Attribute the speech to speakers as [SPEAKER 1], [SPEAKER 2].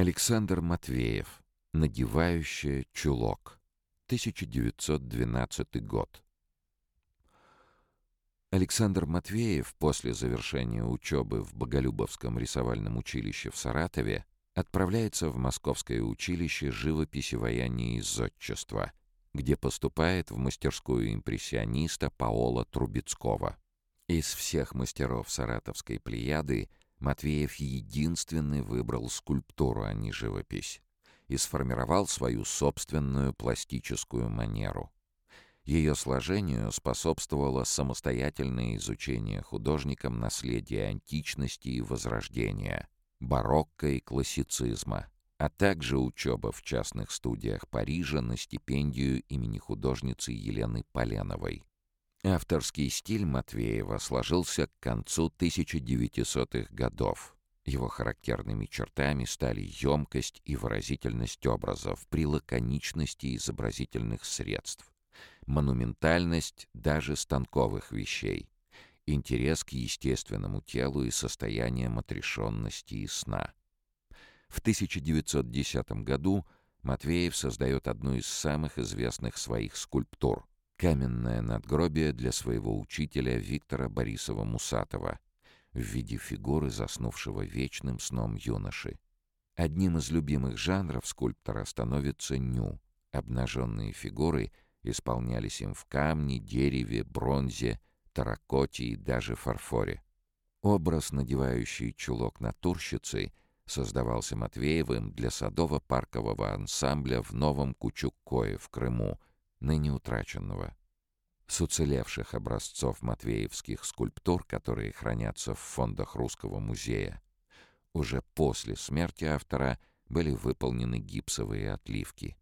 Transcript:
[SPEAKER 1] Александр Матвеев. Надевающая чулок. 1912 год. Александр Матвеев после завершения учебы в Боголюбовском рисовальном училище в Саратове отправляется в Московское училище живописи, ваяния и зодчества, где поступает в мастерскую импрессиониста Паоло Трубецкого. Из всех мастеров саратовской плеяды Матвеев единственный выбрал скульптуру, а не живопись, и сформировал свою собственную пластическую манеру. Ее сложению способствовало самостоятельное изучение художником наследия античности и Возрождения, барокко и классицизма, а также учеба в частных студиях Парижа на стипендию имени художницы Елены Поленовой. Авторский стиль Матвеева сложился к концу 1900-х годов. Его характерными чертами стали ёмкость и выразительность образов при лаконичности изобразительных средств, монументальность даже станковых вещей, интерес к естественному телу и состоянием отрешенности и сна. В 1910 году Матвеев создает одну из самых известных своих скульптур — каменное надгробие для своего учителя Виктора Борисова-Мусатова в виде фигуры заснувшего вечным сном юноши. Одним из любимых жанров скульптора становится ню. Обнаженные фигуры исполнялись им в камне, дереве, бронзе, терракоте и даже фарфоре. Образ, надевающий чулок натурщицы, создавался Матвеевым для садово-паркового ансамбля в Новом Кучук-Кое в Крыму, ныне утраченного. С уцелевших образцов матвеевских скульптур, которые хранятся в фондах Русского музея, уже после смерти автора были выполнены гипсовые отливки.